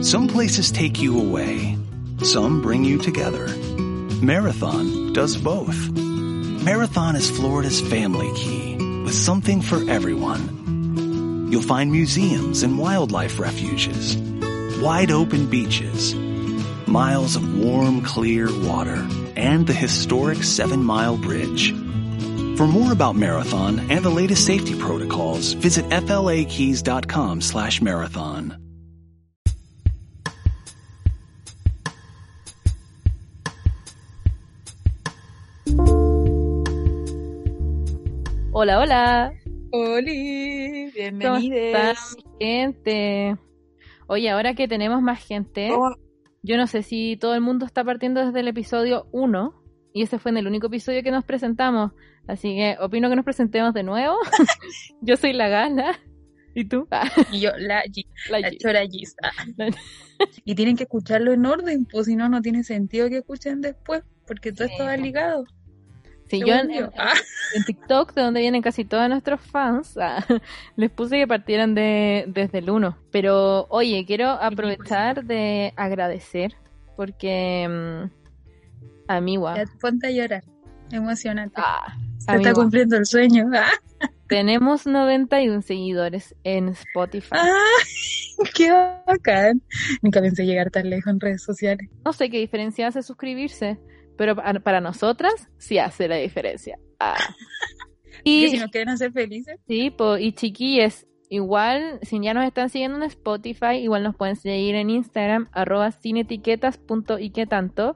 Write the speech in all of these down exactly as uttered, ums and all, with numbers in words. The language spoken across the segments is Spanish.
Some places take you away. Some bring you together. Marathon does both. Marathon is Florida's family key, with something for everyone. You'll find museums and wildlife refuges, wide open beaches, miles of warm, clear water, and the historic Seven Mile Bridge. For more about Marathon and the latest safety protocols, visit flakeys.com slash marathon. Hola, hola. Oli, ¿Cómo bienvenidos. están, gente? Oye, ahora que tenemos más gente, ¿Cómo? yo no sé si todo el mundo está partiendo desde el episodio uno, y ese fue en el único episodio que nos presentamos, así que opino que nos presentemos de nuevo. Yo soy la Gala, ¿y tú? Ah, Y yo, la G, la la Gis. chora Gis. Ah. La- Y tienen que escucharlo en orden, pues si no, no tiene sentido que escuchen después, porque todo Sí, esto va pues. ligado. Sí, yo según en, yo. en- Ah. en TikTok, de donde vienen casi todos nuestros fans, ah, les puse que partieran de, desde el uno. Pero, oye, quiero aprovechar de agradecer, porque, mm, amigua, Ya ponte a llorar, emocionante. ah, Se amiga, está cumpliendo el sueño. Ah. tenemos noventa y uno seguidores en Spotify. Ah, qué bacán. Nunca pensé llegar tan lejos en redes sociales. No sé qué diferencia hace suscribirse, pero pa- para nosotras sí hace la diferencia. Ah. Que si Y nos quieren hacer felices, sí, po, y chiquilles, igual, si ya nos están siguiendo en Spotify, igual nos pueden seguir en Instagram, arroba sinetiquetas punto y qué tanto,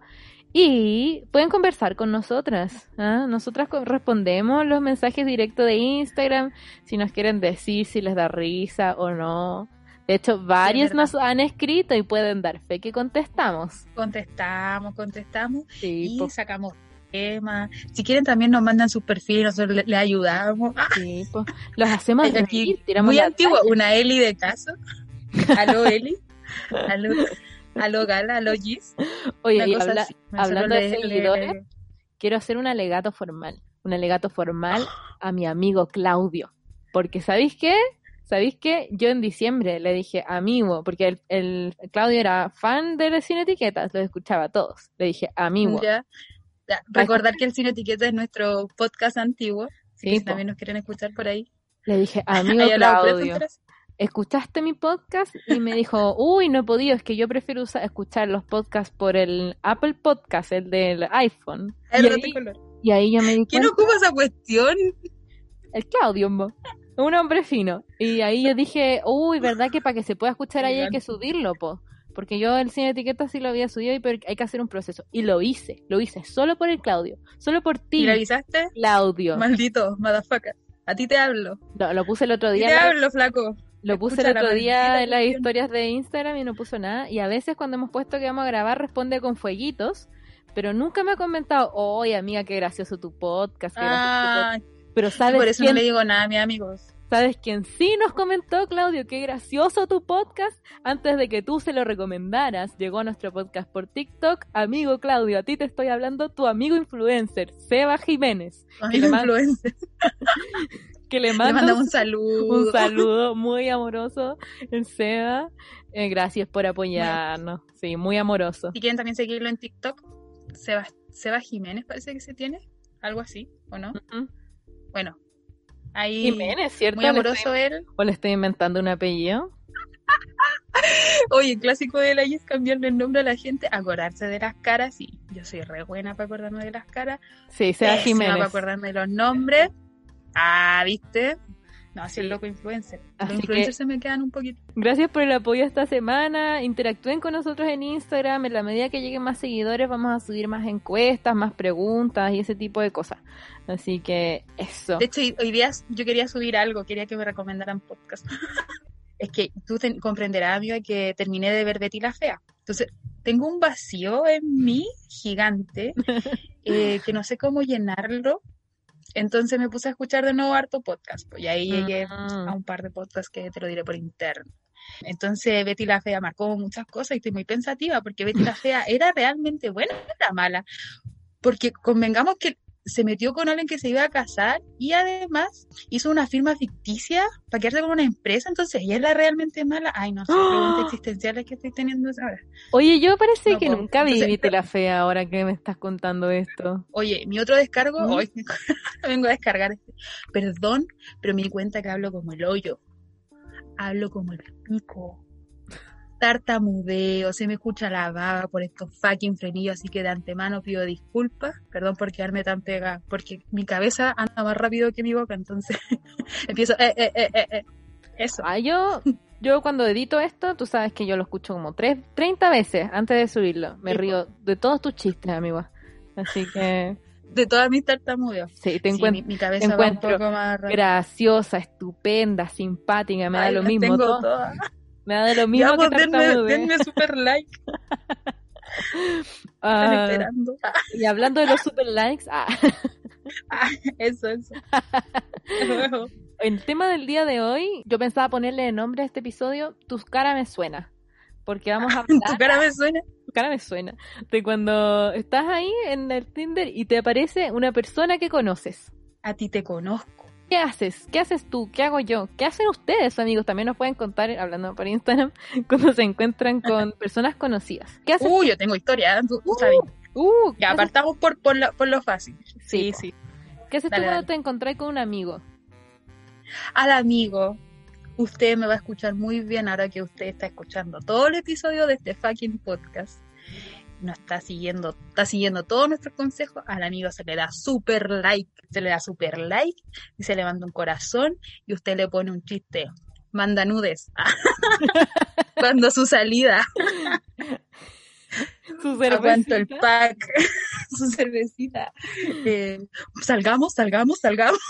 y pueden conversar con nosotras, ¿ah? Nosotras co- respondemos los mensajes directos de Instagram, si nos quieren decir si les da risa o no. De hecho, varios verdad. nos han escrito y pueden dar fe que contestamos. contestamos, contestamos Sí, y po, sacamos temas. Si quieren también nos mandan sus perfiles, nosotros le, le ayudamos. Ah, sí, po. Los hacemos Ay, aquí, reír, tiramos muy la antigua, talla. una Eli de caso. Aló Eli, aló, aló Gala, aló Gis. Oye, Una y cosa habla- así. Nosotros hablando de le- le- seguidores, quiero hacer un alegato formal, un alegato formal a mi amigo Claudio, porque ¿sabéis qué? ¿Sabéis qué? Yo en diciembre le dije amigo, porque el, el Claudio era fan de Sin Etiquetas, los escuchaba a todos, le dije amigo, Ya, ya, recordar que el Cine Etiqueta es nuestro podcast antiguo, así que Sí, si po. también nos quieren escuchar por ahí. le dije amigo Ahí al lado, Claudio, preséntalas. ¿escuchaste mi podcast? Y me dijo, uy, no he podido, es que yo prefiero usar, escuchar los podcasts por el Apple Podcast, el del iPhone, El y rote ahí, color. y ahí yo me di ¿Quién cuenta. ocupa esa cuestión? El Claudio, mo. Un hombre fino. Y ahí yo dije, uy, ¿verdad que para que se pueda escuchar ahí hay que subirlo, po? Porque yo el Sin Etiquetas sí lo había subido, y pero hay que hacer un proceso. Y lo hice, lo hice solo por el Claudio, solo por ¿Y ti, le avisaste? Claudio. Maldito, motherfucker. A ti te hablo. Lo, lo puse el otro A ti día, te en la- hablo, flaco. lo puse Escucha el la otro día maldita en las cuestión. historias de Instagram y no puso nada. Y a veces cuando hemos puesto que vamos a grabar responde con fueguitos, pero nunca me ha comentado, oye amiga, qué gracioso tu podcast, qué gracioso tu Ah, podcast. Pero ¿sabes por eso quién? no le digo nada a mis amigos. ¿Sabes quién sí nos comentó, Claudio? Qué gracioso tu podcast. Antes de que tú se lo recomendaras, llegó a nuestro podcast por TikTok. Amigo Claudio, a ti te estoy hablando, tu amigo influencer, Seba Jiménez. Que Amigo le, man- influencer. que le Le mando mandamos un, un saludo. un saludo muy amoroso, el Seba. Eh, gracias por apoyarnos. Sí, muy amoroso. Si quieren también seguirlo en TikTok, Seba, Seba Jiménez parece que se tiene. Algo así, ¿o no? Ujú. Bueno, ahí Jiménez, ¿cierto? muy ¿Le amoroso estoy- él. ¿O le estoy inventando un apellido? Oye, el clásico de la I es cambiarle el nombre a la gente, acordarse de las caras. Sí, yo soy re buena para acordarme de las caras. Sí, Seba Pésima Jiménez. para acordarme de los nombres. Ah, ¿viste? No, así el loco influencer. Así Los influencers que- se me quedan un poquito. Gracias por el apoyo esta semana. Interactúen con nosotros en Instagram. En la medida que lleguen más seguidores, vamos a subir más encuestas, más preguntas y ese tipo de cosas. Así que eso. De hecho, hoy día yo quería subir algo, quería que me recomendaran podcast. Es que tú te- comprenderás, amiga, que terminé de ver Betty la Fea. Entonces, tengo un vacío en mí gigante eh, que no sé cómo llenarlo. Entonces me puse a escuchar de nuevo harto podcast. Pues, y ahí llegué Mm. a un par de podcasts que te lo diré por interno. Entonces Betty la Fea marcó muchas cosas y estoy muy pensativa porque Betty la Fea era realmente buena o era mala. Porque convengamos que se metió con alguien que se iba a casar y además hizo una firma ficticia para quedarse con una empresa, entonces ella es la realmente mala. Ay, no sé, preguntas existenciales que estoy teniendo ahora. Oye, yo parece No que puedo. nunca vi Entonces, Vite la Fea ahora que me estás contando esto. Oye, mi otro descargo, ¿Mm? hoy vengo a descargar este. Perdón, pero me di cuenta que hablo como el hoyo. Hablo como el pico. Tartamudeo, se me escucha la baba por estos fucking frenillos, así que de antemano pido disculpas. Perdón por quedarme tan pegada, porque mi cabeza anda más rápido que mi boca, entonces empiezo, eh, eh, eh, eh, eh. Eso. Ah, yo, yo cuando edito esto, tú sabes que yo lo escucho como tres, treinta veces antes de subirlo. Me Sí, río de todos tus chistes, amigo. Así que, De todas mis tartamudeos. sí, te Sí, encuentro mi, mi cabeza va un encuentro poco más rápido. graciosa, estupenda, simpática, me da Ay, lo las mismo. tengo todo- todas. Me da de lo mismo Ya, que pues, denme, tartamudee. denme super like. Están Ah, esperando. Ah, y hablando de los super likes, ah, ah, eso, eso. Luego. el tema del día de hoy, yo pensaba ponerle de nombre a este episodio, Tu cara me suena. Porque vamos a Tu hablar, cara me suena. tu cara me suena, de cuando estás ahí en el Tinder y te aparece una persona que conoces. A ti te conozco. ¿Qué haces? ¿Qué haces tú? ¿Qué hago yo? ¿Qué hacen ustedes, amigos? También nos pueden contar, hablando por Instagram, cuando se encuentran con personas conocidas. ¿Qué haces? Uh, yo tengo historia, tú, tú sabes. Uh, ¿qué Ya, haces? apartamos por, por, lo, por lo fácil. Sí, Sí, po. sí. ¿Qué haces Dale, tú cuando dale. te encontrás con un amigo? Al amigo, usted me va a escuchar muy bien ahora que usted está escuchando todo el episodio de este fucking podcast. No está siguiendo, está siguiendo todos nuestros consejos. Al amigo se le da super like, se le da super like y se le manda un corazón y usted le pone un chiste. Manda nudes. Cuando su salida, Su aguanto el cervecita. pack, su cervecita. Eh, salgamos, salgamos, salgamos.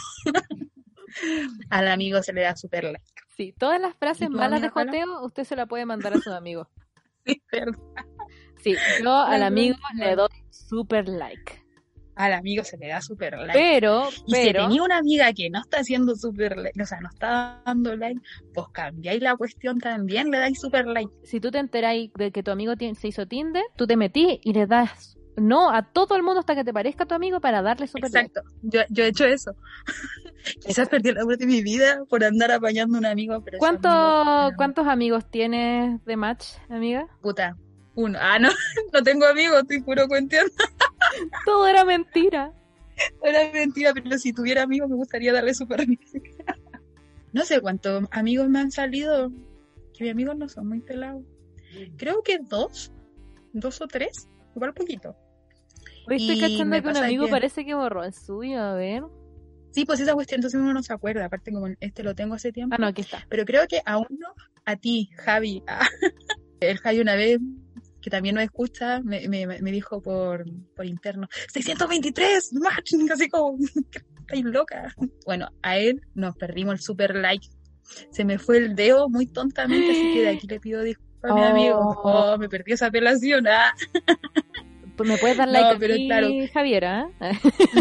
Al amigo se le da super like. Sí, todas las ¿Y frases tú, malas de amiga Paula? joteo, usted se la puede mandar a sus amigos. Sí, verdad. Sí, yo al Las amigo bromas. le doy super like. Al amigo se le da super like. Pero, Y si pero, tenía una amiga que no está haciendo super like, o sea, no está dando like, pues cambiáis la cuestión también, le dais super like. si tú te enteráis de que tu amigo ti- se hizo Tinder, tú te metís y le das no a todo el mundo hasta que te parezca tu amigo para darle super like. Exacto, yo, yo he hecho eso. Quizás perdí el amor de mi vida por andar apañando a un amigo, pero ese ¿Cuánto, amigo, ¿Cuántos amigos tienes de match, amiga? puta, uno. Ah, no, no tengo amigos, estoy puro cuenteando. Todo era mentira. Era mentira, pero si tuviera amigos me gustaría darle super like. No sé cuántos amigos me han salido, que mis amigos no son muy pelados. Creo que dos, dos o tres, igual poquito. Hoy estoy Y cachando me que un pasa amigo que- parece que borró el suyo, a ver. Sí, pues esa cuestión, entonces uno no se acuerda, aparte como este lo tengo hace tiempo. Ah, no, aquí está. Pero creo que a uno, a ti, Javi, a- el Javi una vez, que también nos escucha, me, me, me dijo por, por interno, seiscientos veintitrés, match, así como, estáis loca. Bueno, a él nos perdimos el super like. Se me fue el dedo muy tontamente, así que de aquí le pido disculpas a mi Oh. amigo. Oh, me perdí esa apelación. Ah. Pues me puedes dar No, like a pero mí, claro. Javiera. ¿eh?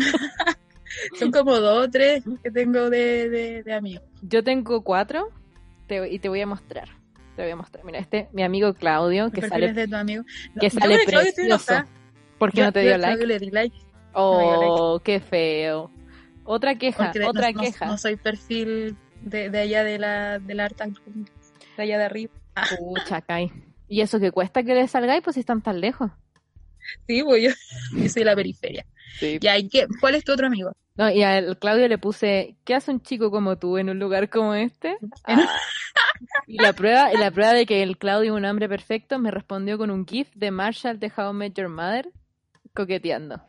Son como dos o tres que tengo de, de, de amigos. Yo tengo cuatro te- y te voy a mostrar. Te voy a mostrar. Mira, este, mi amigo Claudio, que ¿Los sale, perfiles de tu amigo? No, que yo sale con el Claudio estoy precioso. enojada. ¿Por qué Yo- no te yo dio al Claudio like? le di like. Oh, qué feo. Otra queja, Porque de- otra no, no- queja. no soy perfil de, de allá de la del arte, de allá de arriba. Pucha, Kai. ¿Y eso que cuesta que le salgáis? Pues si están tan lejos. Sí, pues yo, yo soy de la periferia. Sí. Ya, ¿y qué? ¿Cuál es tu otro amigo? No, y al Claudio le puse, ¿qué hace un chico como tú en un lugar como este? En- Ah. Y la prueba, y la prueba de que el Claudio es un hombre perfecto me respondió con un gif de Marshall de How I Met Your Mother coqueteando.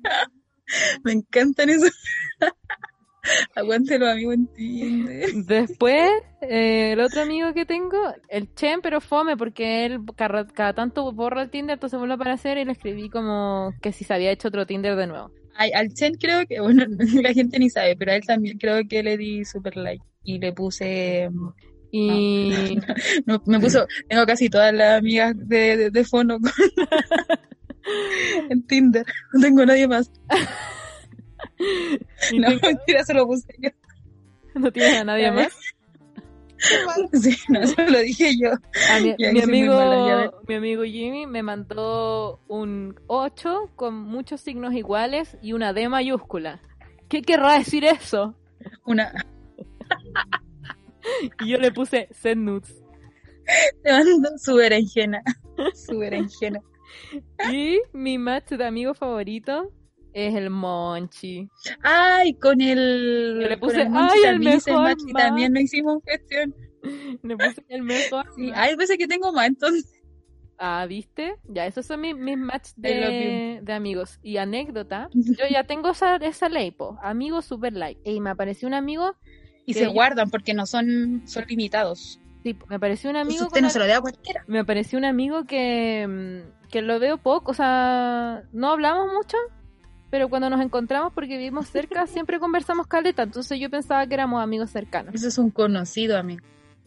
Me encantan esos. Aguante los amigos en Tinder. Después, eh, el otro amigo que tengo, el Chen, pero fome, porque él cada, cada tanto borra el Tinder, entonces vuelve a aparecer y le escribí como que si se había hecho otro Tinder de nuevo. Ay, al Chen creo que, bueno, la gente ni sabe, pero a él también creo que le di super like. Y le puse, Y no, me puso, tengo casi todas las amigas de, de, de fono con- en Tinder. No tengo nadie más. y No, tengo- mentira, se lo puse yo. no tienes a nadie Ya más. Sí, no, eso lo dije yo. A mi, Y ahí mi soy muy mala, ya ves. amigo, mi amigo Jimmy me mandó un ocho con muchos signos iguales y una D mayúscula. ¿Qué querrá decir eso? Una, Y yo le puse send nudes. te mando su berenjena. Su berenjena. Y mi match de amigo favorito es el Monchi. Ay, con el. Yo le con puse, el Monchi ay, el también hice el mejor match y match. también lo hicimos cuestión. Le puse el mejor. Sí, match. hay veces que tengo más, entonces. Ah, ¿viste? Ya, esos son mis, mis matches I love de, de amigos. Y anécdota, yo ya tengo esa, esa ley, po. Amigos super like. Y me apareció un amigo, Y Que se yo- guardan porque no son, son limitados. sí, me apareció un amigo Entonces con usted no el- se lo da a cualquiera. me apareció un amigo que, mm, que lo veo poco, o sea, no hablamos mucho, pero cuando nos encontramos porque vivimos cerca, siempre conversamos caleta, entonces yo pensaba que éramos amigos cercanos. Eso es un conocido, amigo.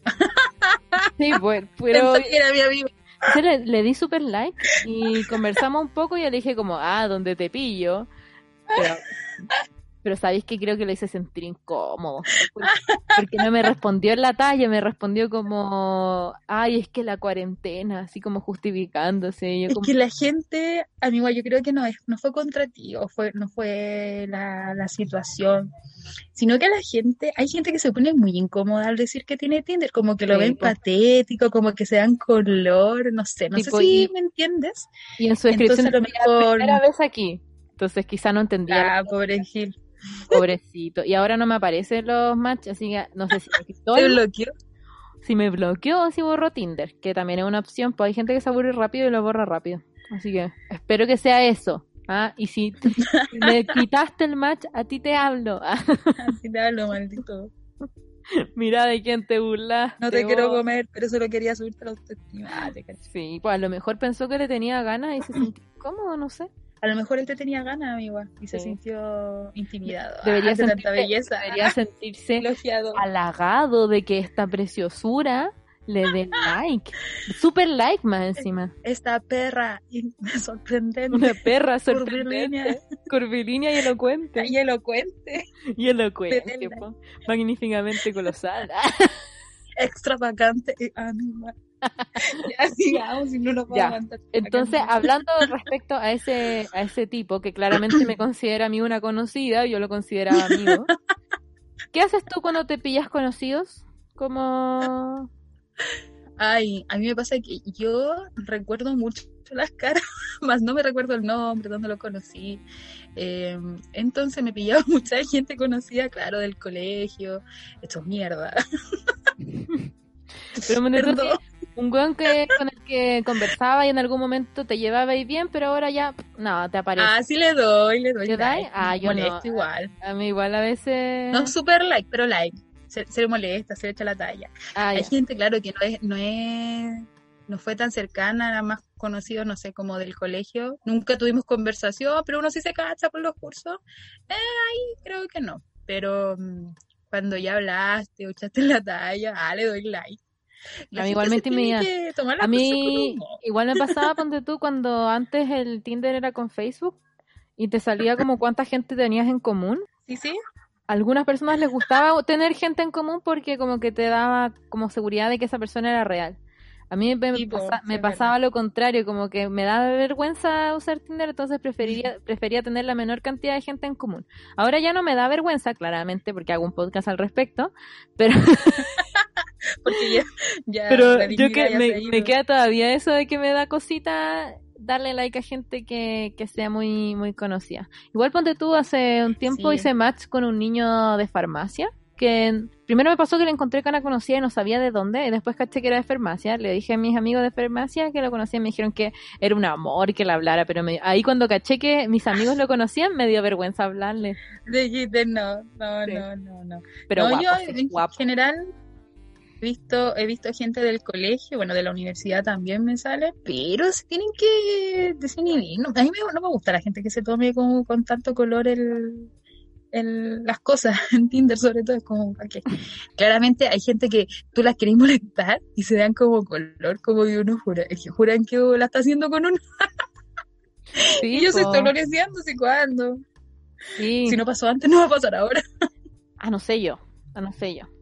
Sí, pues, pero Pensó que era mi amigo. yo le, le di super like y conversamos un poco y yo le dije como, ah, ¿dónde te pillo? Pero, pero sabéis que creo que le hice sentir incómodo, porque, porque no me respondió en la talla, me respondió como, ay, es que la cuarentena, así como justificándose. Y yo Es como, que la gente, amigo, yo creo que no es, no fue contra ti, o fue, no fue la, la situación, sino que la gente, hay gente que se pone muy incómoda al decir que tiene Tinder, como que lo Sí, ven pues. patético, como que se dan color, no sé, no Tipo, sé si y- me entiendes. y en su descripción Entonces a lo decía, mejor, primera vez aquí. Entonces quizá no entendía, ah, pobre Gil, pobrecito. Y ahora no me aparecen los matches, así que no sé si me quitó se el- bloqueó. si me bloqueó o si borró Tinder, que también es una opción, pues hay gente que se aburre rápido y lo borra rápido. Así que espero que sea eso. ¿Ah? Y si si me quitaste el match, a ti te hablo. Ah, Así te hablo, maldito. mira de quién te burlas. No te quiero comer, pero solo quería subirte la autoestima. Ah, te cacho. Sí, pues a lo mejor pensó que le tenía ganas y se sintió incómodo, no sé. A lo mejor él te tenía ganas, amigo, y se Sí. sintió intimidado. Debería, Ah, de tanta sentirse, belleza. debería sentirse Elogiado. halagado de que esta preciosura le dé like. Super like más encima. Esta perra in- sorprendente, Una perra curvilínea sorprendente, curvilínea y elocuente. y elocuente, Y elocuente, Tremenda. po. Magníficamente colosal. extravagante y animal. Ya sigamos, si no nos puedo Ya. aguantar. Entonces, hablando respecto a ese a ese tipo que claramente me considera a mí una conocida, yo lo consideraba amigo. ¿Qué haces tú cuando te pillas conocidos? Como Ay, a mí me pasa que yo recuerdo mucho las caras, más no me recuerdo el nombre, dónde lo conocí. Eh, entonces me pillaba mucha gente conocida, claro, del colegio. Esto es mierda. pero me entiendes, Perdón. un weón que con el que conversaba y en algún momento te llevaba y bien, pero ahora ya no, te aparece. Ah, sí le doy, le doy ¿Te dais? like. Ah, yo Molesto no. igual. A mí igual a veces. No super like, pero like. Se, se le molesta, se le echa la talla. Ah, Hay ya. gente, claro, que no es, no es, no fue tan cercana, era más conocido, no sé, como del colegio. Nunca tuvimos conversación, pero uno sí se cacha por los cursos. Eh, ahí creo que no. Pero mm, cuando ya hablaste o echaste la talla, ah, le doy like. La A mí gente igual me se tiene intimida. que tomar las A cosas con mí humor. igual me pasaba, ponte tú, cuando antes el Tinder era con Facebook y te salía como cuánta gente tenías en común. Sí, sí. A algunas personas les gustaba tener gente en común porque como que te daba como seguridad de que esa persona era real. A mí me, Sí, po, pasa- sí, me es pasaba lo contrario, como que me daba vergüenza usar Tinder, entonces preferiría, prefería tener la menor cantidad de gente en común. Ahora ya no me da vergüenza, claramente, porque hago un podcast al respecto, pero, Porque ya, ya pero la yo dignidad que ya me, se ha ido. me queda todavía eso de que me da cosita darle like a gente que, que sea muy, muy conocida. Igual ponte tú, hace un tiempo Sí. hice match con un niño de farmacia, que primero me pasó que le encontré cara conocida y no sabía de dónde, y después caché que era de farmacia, le dije a mis amigos de farmacia que lo conocían, me dijeron que era un amor que le hablara, pero me- ahí cuando caché que mis amigos lo conocían, me dio vergüenza hablarle. Dijiste, no, no, Sí. no, no, no. Pero no, guapo, yo sí, en guapo. general he visto, he visto gente del colegio, bueno, de la universidad también me sale, pero se tienen que desinhibir. No, a mí me- no me gusta la gente que se tome como con tanto color el, el- las cosas en Tinder, sobre todo, es como ¿para qué? Claramente hay gente que tú las querés molestar y se dan como color, como que uno jura, es que juran que la está haciendo con uno Sí, y yo se po, estoy loreando, ¿sí cuándo? sí. Si no pasó antes, no va a pasar ahora. Ah, no sé yo, ah, no sé yo.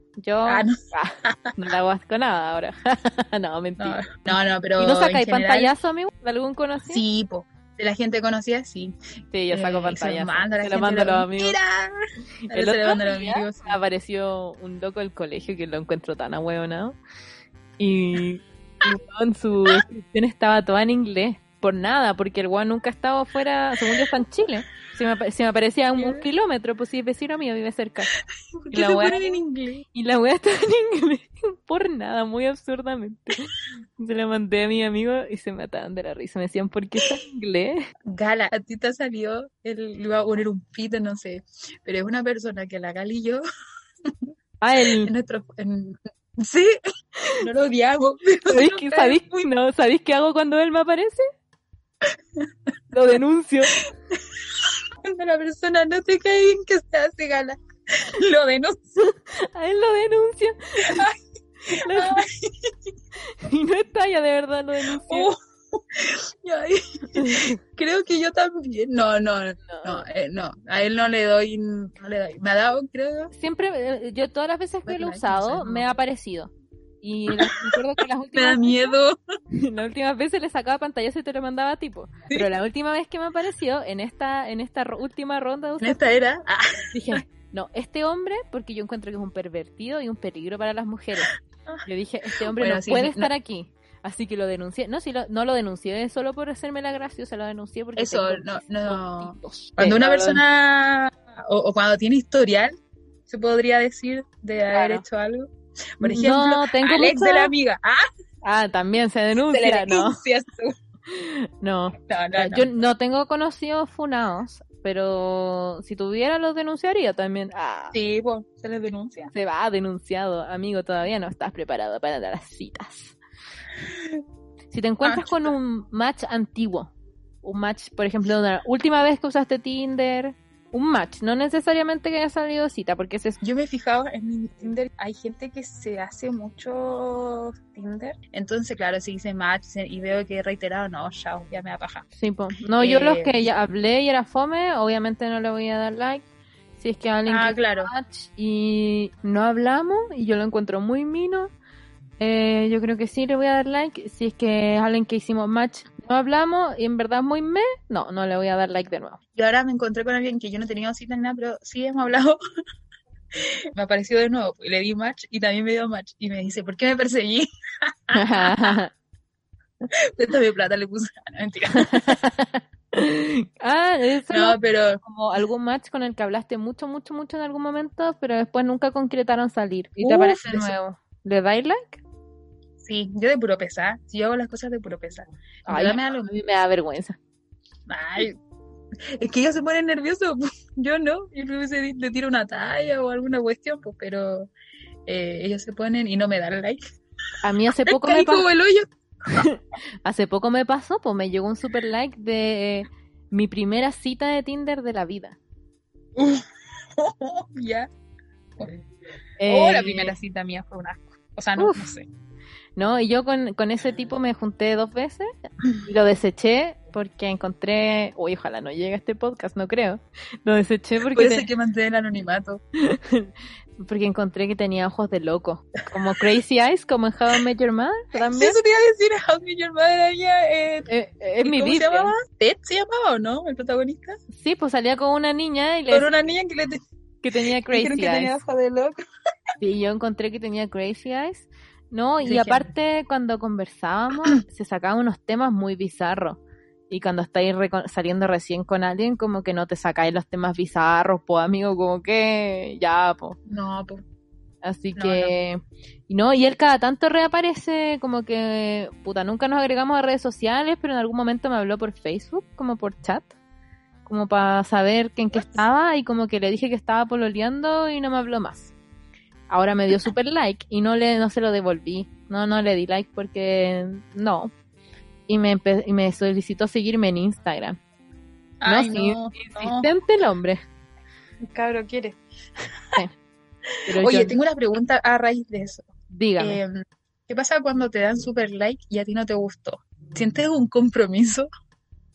Yo Ah, no. ah, no le hago asco nada ahora. No, mentira. No, no, no, pero ¿Y no sacáis en general, pantallazo, amigo, de algún conocido? sí, po. De la gente conocida, sí. Sí, yo saco Eh, pantallazo. Se lo mando a la Se lo gente, mando a lo- los amigos. ¡Mira! El Se lo otro mando a los día amigos, sí. apareció un loco del colegio que lo encuentro tan ahueonado. Y, y weón, su descripción estaba toda en inglés. Por nada, porque el weón nunca ha estado fuera, según yo está en Chile. Se me, apa- se me aparecía un, un ¿Qué? kilómetro, pues si es vecino mío, vive cerca. ¿Por Y qué la se weá- ponen en inglés? Y la weá estaba en inglés. Por nada, muy absurdamente. Se la mandé a mi amigo y se mataban de la risa. Me decían, ¿por qué está en inglés? Gala, a ti te salió, él le iba a poner un pito, no sé, pero es una persona que la Gali y yo, Ah, en el... nuestro, en- sí, no lo odiamos, pero ¿Sabéis nos qué, cae sabéis, muy no, ¿sabéis qué hago cuando él me aparece? Lo denuncio. cuando la persona no te cae bien que se hace Gala, lo denuncio. A él lo denuncio. Lo- Ay, Y no es talla, de verdad, lo denuncio. oh, ay, creo que yo también, no, no, no, eh, no, a él no le doy, no le doy, me ha dado, creo, Siempre, eh, yo todas las veces que lo he Like, usado, no sé, no. me ha aparecido. Y las- me acuerdo que las me da últimas, miedo. las últimas veces le sacaba pantallazo y te lo mandaba a tipo. Pero la última vez que me apareció, en esta, en esta ro- última ronda de En uso, esta era, ah, dije, no, este hombre, porque yo encuentro que es un pervertido y un peligro para las mujeres. Yo dije, este hombre Bueno, no sí, puede no- estar aquí. Así que lo denuncié. No, sí, lo, no lo denuncié solo por hacerme la graciosa, lo denuncié porque Eso, tengo no, mis no. fotitos. Cuando Eh, una no, lo- persona, o, o cuando tiene historial, se podría decir de haber Claro. hecho algo. Por ejemplo, no, tengo Alex mucho- de la amiga. Ah, Ah, también se se denuncia, le ¿no? denuncia tú. No. No, no, no. Yo no tengo conocidos funados, pero si tuviera los denunciaría también. Ah, Sí, pues, se les denuncia. se va denunciado, amigo, todavía no estás preparado para las citas. Si te encuentras Ah, con chuta. un match antiguo, un match, por ejemplo, de la última vez que usaste Tinder, un match, no necesariamente que haya salido cita, porque ese es... Yo me he fijado en mi Tinder, hay gente que se hace mucho Tinder. Entonces, claro, si hice match y veo que he reiterado, no, chao, ya me da paja. Sí, po. No, yo Eh, los que ya hablé y era fome, obviamente no le voy a dar like. Si es que alguien Ah, que claro. match y no hablamos y yo lo encuentro muy mino, eh, yo creo que sí le voy a dar like. Si es que es alguien que hicimos match, no hablamos y en verdad es muy me, no, no le voy a dar like de nuevo. Yo ahora me encontré con alguien que yo no tenía cita ni nada, pero sí hemos hablado. Me apareció de nuevo y le di match y también me dio match. Y me dice, ¿por qué me perseguí? Préstame plata, le puse. No, mentira. Ah, eso No, no, pero como algún match con el que hablaste mucho, mucho, mucho en algún momento, pero después nunca concretaron salir y te Uf, aparece de eso- nuevo. ¿Le dais like? sí, yo de puro pesar. Si yo hago las cosas de puro pesar. En Ay, verdad me da a lo- mí me da vergüenza. Ay, es que ellos se ponen nerviosos. Yo no. Yo le, hubiese di- le tiro una talla o alguna cuestión, pues, pero eh, ellos se ponen y no me dan like. A mí hace poco me Caí pasó. como el hoyo. Hace poco me pasó, pues me llegó un super like de mi primera cita de Tinder de la vida. Ya. Eh, Oh, la primera cita mía fue un asco. O sea, no, Uf. no sé. No, y yo con, con ese tipo me junté dos veces y lo deseché porque encontré... Uy, ojalá no llegue a este podcast, no creo. Lo deseché porque, Puede te- ser que mantenga el anonimato. porque encontré que tenía ojos de loco. Como Crazy Eyes, como en How I Met Your Mother Sí, también. eso te iba a decir, How I Met Your Mother había, eh, Eh, es mi ¿cómo se Biblia. llamaba? ¿Ted se llamaba o no? El protagonista. Sí, pues salía con una niña y le Con decía una niña que le te- que tenía dijeron Crazy que tenía Eyes. ojo de loco. Sí, yo encontré que tenía Crazy Eyes. No, y Sí, aparte cuando conversábamos se sacaban unos temas muy bizarros. Y cuando estáis reco- saliendo recién con alguien, como que no te sacáis los temas bizarros, pues amigo, como que ya, pues. No, pues. Así No, que... Y no, y él cada tanto reaparece, como que, puta, nunca nos agregamos a redes sociales, pero en algún momento me habló por Facebook, como por chat, como para saber que en qué estaba, y como que le dije que estaba pololeando y no me habló más. Ahora me dio super like y no le no se lo devolví. No, no le di like porque no. Y me empe- y me solicitó seguirme en Instagram. Ay, no, sí, no, no. insistente el hombre. El cabro quiere. Pero Oye, yo- tengo una pregunta a raíz de eso. dígame. Eh, ¿qué pasa cuando te dan super like y a ti no te gustó? ¿Sientes un compromiso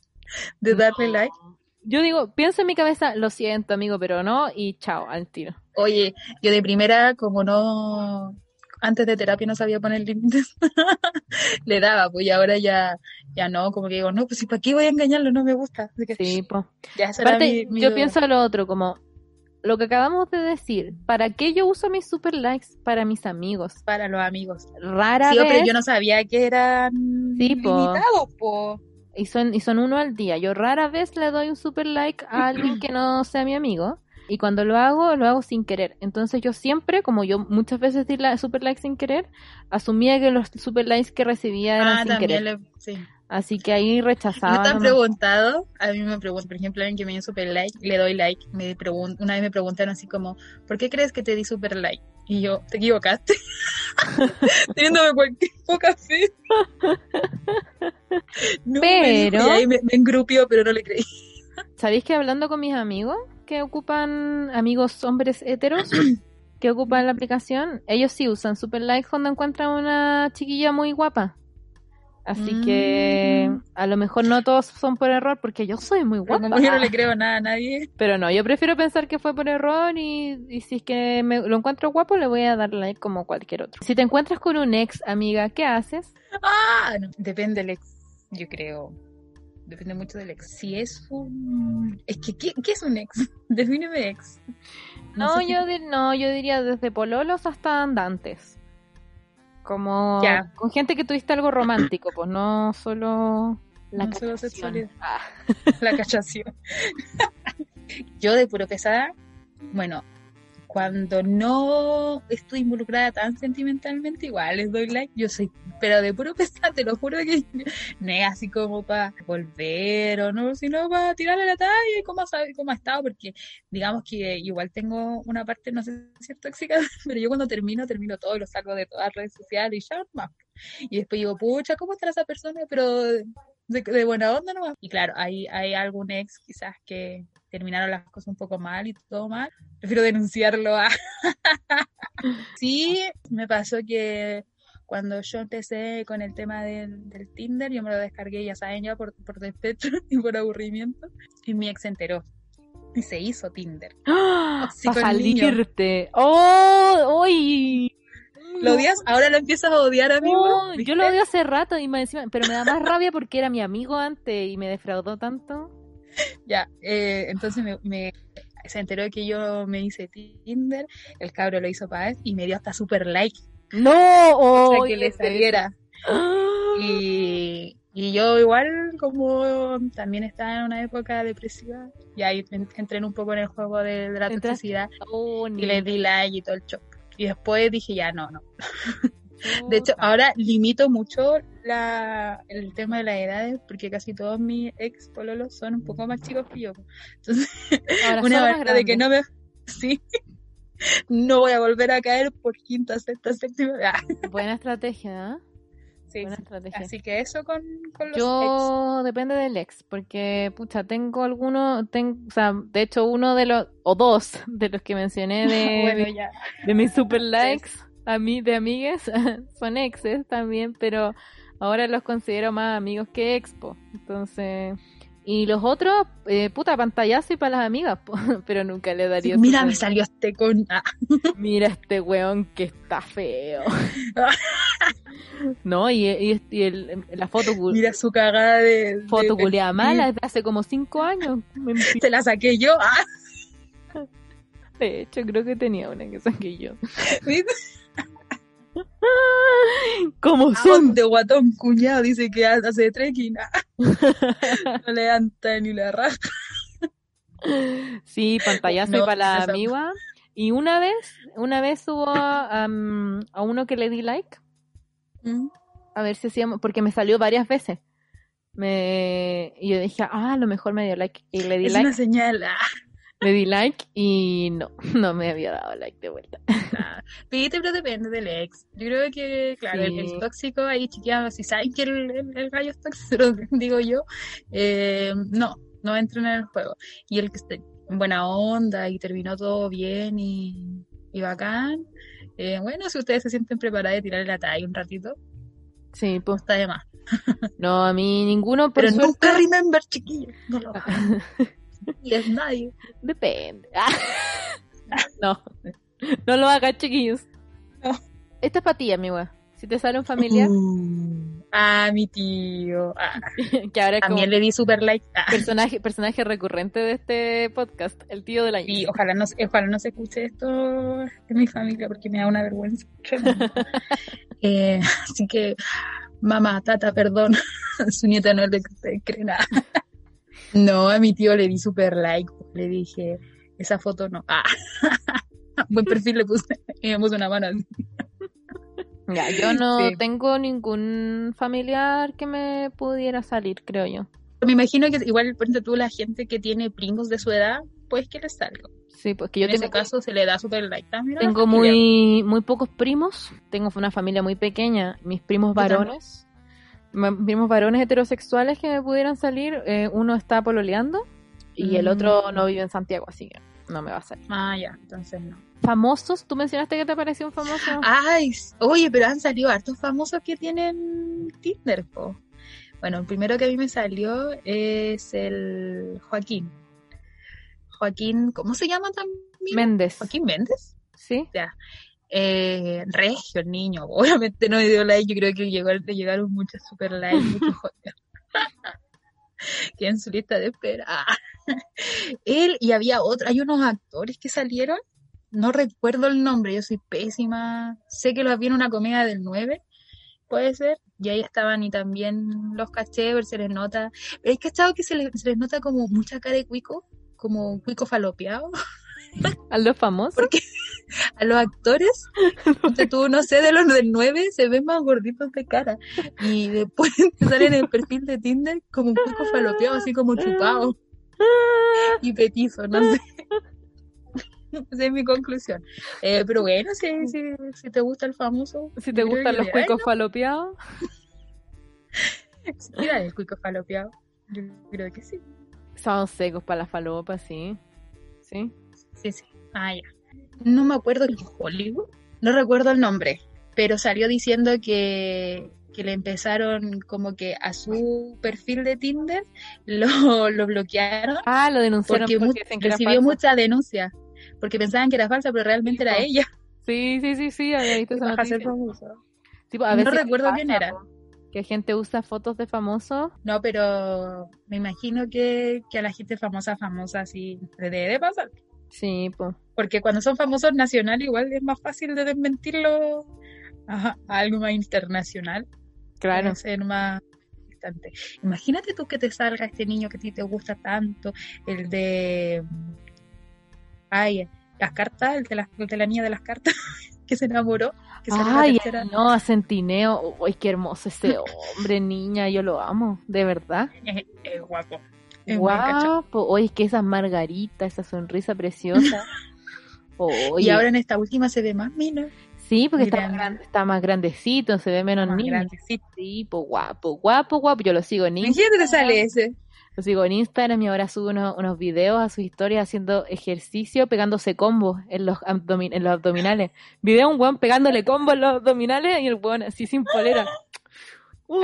de darle like? Yo digo, pienso en mi cabeza, lo siento, amigo, pero no, y chao, al tiro. Oye, yo de primera, como no, antes de terapia no sabía poner límites, le daba, pues y ahora ya, ya no, como que digo, no, pues ¿y para qué voy a engañarlo? No me gusta. Así que, Sí, pues. ya esa era Aparte, mi, mi yo duda. pienso lo otro, como lo que acabamos de decir, ¿para qué yo uso mis super likes? Para mis amigos. Para los amigos. Rara Sí, vez, pero yo no sabía que eran Sí, po. limitados, po. y son, y son uno al día. Yo rara vez le doy un super like a alguien que no sea mi amigo. Y cuando lo hago, lo hago sin querer. Entonces yo siempre, como yo muchas veces di la super like sin querer, asumía que los super likes que recibía eran Ah, sin también querer. le, sí. Así que ahí ¿No rechazaba. te han nomás. preguntado? A mí me preguntan, por ejemplo, alguien que me dio super like, le doy like. Me pregun- una vez me preguntaron así como, ¿por qué crees que te di super like? Y yo, ¿te equivocaste? Teniéndome cualquier poca fe. No, me dijo, Pero- y ahí me, me engrupió, pero no le creí. ¿Sabéis que hablando con mis amigos que ocupan, amigos hombres heteros, que ocupan la aplicación, ellos sí usan super likes cuando encuentran una chiquilla muy guapa? Así que Mm. a lo mejor no todos son por error, porque yo soy muy Pero guapa. como yo no le creo nada a nadie. Pero no, yo prefiero pensar que fue por error y, y si es que me, lo encuentro guapo, le voy a dar like como cualquier otro. Si te encuentras con un ex, amiga, ¿qué haces? Ah, no, depende del ex, yo creo. Depende mucho del ex. Si es un... Es que, ¿qué, qué es un ex? Defíneme ex. No, sé si- yo di- no, yo diría desde pololos hasta andantes. Como Ya. con gente que tuviste algo romántico, pues no solo la No solo cachación. sexualidad. Ah, La cachación. Yo de puro pesada, bueno, cuando no estoy involucrada tan sentimentalmente, igual les doy like. Yo soy, pero de puro pesada, te lo juro que no es así como para volver o no, sino para tirarle la talla y cómo ha, sab- cómo ha estado, porque digamos que igual tengo una parte, no sé si es tóxica, pero yo cuando termino, termino todo y lo saco de todas las redes sociales y ya más. Y después digo, pucha, ¿cómo estará esa persona? Pero de, de buena onda nomás. Y claro, hay, hay algún ex quizás que terminaron las cosas un poco mal y todo mal. Prefiero denunciarlo a... Sí, me pasó que cuando yo empecé con el tema del, del Tinder, yo me lo descargué, ya saben, ya por, por despecho y por aburrimiento. Y mi ex se enteró. Y se hizo Tinder. Sí, para con niño. salirte. ¡Oh! ¡Uy! ¿Lo odias? Ahora lo empiezas a odiar, amigo. No, ¿Viste? yo lo odio hace rato y más encima, pero me da más rabia porque era mi amigo antes y me defraudó tanto. Ya, eh, entonces me, me- se enteró de que yo me hice Tinder, el cabro lo hizo para él y me dio hasta super like, No, o sea, oh, que le saliera. Y, y yo igual, como también estaba en una época depresiva, y ahí en- entré en un poco en el juego de, de la ¿Entraste? toxicidad Oh, y le di like y todo el show. Y después dije, ya, no, no. De hecho, puta. ahora limito mucho la, el tema de las edades, porque casi todos mis ex pololos son un poco más chicos que yo. Entonces, Ahora una son más manera de que grandes. no me... Sí, no voy a volver a caer por quinta, sexta, séptima... Ah, Buena estrategia, ¿eh? sí, Buena sí. estrategia. Así que eso con, con los ex. Yo depende del ex, porque pucha, tengo alguno, ten- o sea, de hecho uno de los, o dos de los que mencioné de, Bueno, ya. de mis super likes, a mí, de amigues, son exes también, pero ahora los considero más amigos que expo. Entonces, y los otros, eh, puta, pantallazo y para las amigas, po, pero nunca le Sí, daría mira, super- me salió este con... Ah, Mira este weón que está feo. No, y, y, y el- la foto, cu- mira su cagada de... de foto culiada perfil. mala es de hace como cinco años. En fin, Se la saqué yo. Ah, de hecho, creo que tenía una que saqué yo. ¿viste? ¿Cómo Ah, son? de guatón cuñado, dice que hace trekking. Ah, no levanta ni la raja. Sí, pantallazo y No, para la esa- amiga. Y una vez, una vez hubo am, a uno que le di like, Mm. a ver si hacíamos, porque me salió varias veces. Me, y yo dije, ah, a lo mejor me dio like. Y le di Es like, una señal. Ah, le di like y no, no me había dado like de vuelta. nada. Viste, pero depende del ex. Yo creo que, claro, el, Sí. el tóxico ahí, chiquillos, si saben que el, el, el gallo es tóxico, lo digo yo, eh, no, no entran en el juego. Y el que esté en buena onda y terminó todo bien y, y bacán, eh, bueno, si ustedes se sienten preparados de tirarle la talla un ratito, Sí, no pues. está de más. No, a mí ninguno, por Pero suerte. nunca remember, chiquillos. No lo hagan. Y es nadie. Depende. No, no lo hagas, chiquillos. No. Esta es para ti, amiga. Si te sale un familiar, Uh, ah, mi tío. Ah, que ahora es como también le di super like. Ah, personaje, personaje recurrente de este podcast, el tío del año. y ojalá no, se- ojalá no se escuche esto en mi familia porque me da una vergüenza tremenda. Eh, así que, mamá, tata, perdón. Su nieta no le cree nada. No, a mi tío le di super like. Le dije, esa foto no. Ah, buen perfil le puse. Y me puso una mano así. Ya, yo no Sí. tengo ningún familiar que me pudiera salir, creo yo. Me imagino que igual, por ejemplo, tú, la gente que tiene primos de su edad, pues que les salga. Sí, pues que yo En tengo, ese caso se le da super like. Ah, mira, tengo familia. muy, muy pocos primos, tengo una familia muy pequeña, mis primos también. varones, ma- mis primos varones heterosexuales que me pudieran salir, eh, uno está pololeando y el Mm. otro no vive en Santiago, así que no me va a salir. Ah, ya, entonces no. Famosos, tú mencionaste que te pareció un famoso. Ay, s- oye, pero han salido hartos famosos que tienen Tinder, po. Bueno, el primero que a mí me salió es el Joaquín. Joaquín, ¿cómo se llama también? Méndez, Joaquín Méndez. ¿sí? Ya. Eh, regio el niño, obviamente no me dio like, yo creo que llegó, le llegaron muchos super likes, muchos joder. Que en su lista de espera. Ah. Él y había otro, hay unos actores que salieron, no recuerdo el nombre, yo soy pésima, sé que los vi en una comedia del nueve, puede ser, y ahí estaban y también los caché, pero se les nota, pero es cachado que se les, se les nota como mucha cara de cuico, como cuico falopeado, A los famosos. porque a los actores, ponte tú, no sé, de los del nueve se ven más gorditos de cara, y después te salen en el perfil de Tinder como un cuico falopeado, así como chupado y petizo, no sé. Esa es mi conclusión. Eh, pero bueno, si, si, si te gusta el famoso. Si te yo creo gustan que los le- cuicos falopeados. Ay, no, si tira el cuico falopeado. Yo creo que sí. Son secos para las falopas, sí. Sí. Sí, sí. Ah, ya. No me acuerdo en Hollywood. No recuerdo el nombre. Pero salió diciendo que, que le empezaron como que a su perfil de Tinder lo, lo bloquearon Ah, lo denunciaron porque, porque, mu- dicen que era recibió falso. mucha denuncia. Porque pensaban que era falsa, pero realmente Sí, era po. ella. Sí, sí, sí, sí, había visto esa Baja ser noticia. famosa. Sí, po, a No veces recuerdo pasa, quién era. po, que gente usa fotos de famosos. No, pero me imagino que, que a la gente famosa, famosa, así, le debe de pasar. Sí, pues. Porque cuando son famosos nacionales, igual es más fácil de desmentirlo a, a algo más internacional. Claro. Puede ser más distante. Imagínate tú que te salga este niño que a ti te gusta tanto, el de. Ay, las cartas, el de la, el de la niña de las cartas, que se enamoró. Que salió la Ay, tercera. no, a Centineo. Uy, qué hermoso ese hombre, niña. Yo lo amo, de verdad. Es, es guapo. Es muy cacho. Guapo. Oye, es que esa margarita, esa sonrisa preciosa. Oye, Y ahora en esta última se ve más mina. sí, porque está Grande. más, grande, está más grandecito, se ve menos Más niño. grande, sí. Sí, pues guapo, guapo, guapo. Yo lo sigo en Instagram. Imagínate te sale ese. Lo sigo en Instagram y ahora sube unos, unos videos a sus historias haciendo ejercicio, pegándose combos en los, abdomin en los abdominales. Video un weón pegándole combos en los abdominales y el weón así sin polera. Uh,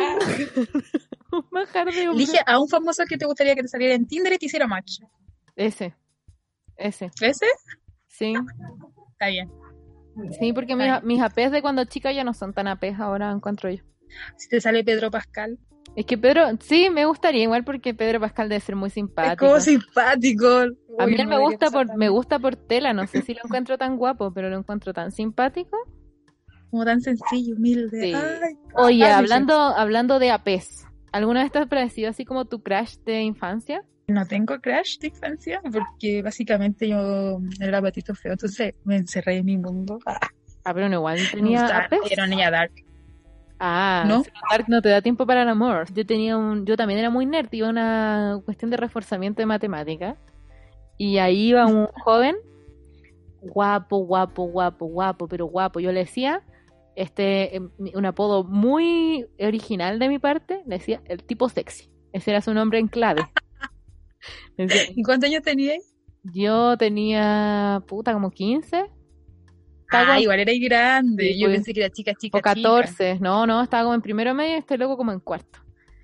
un manjar de hombre. Elige a un famoso que te gustaría que te saliera en Tinder y te hiciera match. Ese, ese, ¿Ese? sí. Está bien. Sí, porque mis, mis A Pes de cuando chica ya no son tan A Pes ahora, encuentro yo. Si te sale Pedro Pascal. Es que Pedro, sí, me gustaría igual porque Pedro Pascal debe ser muy Es simpático. como simpático. A mí Uy, él no me debería gusta pasar por tan- me gusta por tela, no sé si lo encuentro tan guapo, pero lo encuentro tan simpático. Como tan sencillo, humilde. Sí. Ay, Oye, ay, hablando hablando de A Pes, ¿alguna vez te has parecido así como tu crush de infancia? no tengo crush de infancia porque básicamente yo era patito feo, entonces me encerré en mi mundo. Ah, Ah, pero no, igual me tenía gustaba, A Pes. era una niña dark. Ah, ¿No? si no, Dark no te da tiempo para el amor. Yo tenía un, yo también era muy nerd, iba a una cuestión de reforzamiento de matemática y ahí iba un joven guapo, guapo, guapo, guapo, pero guapo. Yo le decía, este, em, un apodo muy original de mi parte, le decía el tipo sexy. Ese era su nombre en clave. Le decía, ¿Y cuántos años teníais? yo tenía, puta, como quince. Estaba Ah, como- igual era grande. Sí, Yo pues, pensé que era chica, chica, o catorce, no, no, estaba como en primero medio y este loco como en cuarto.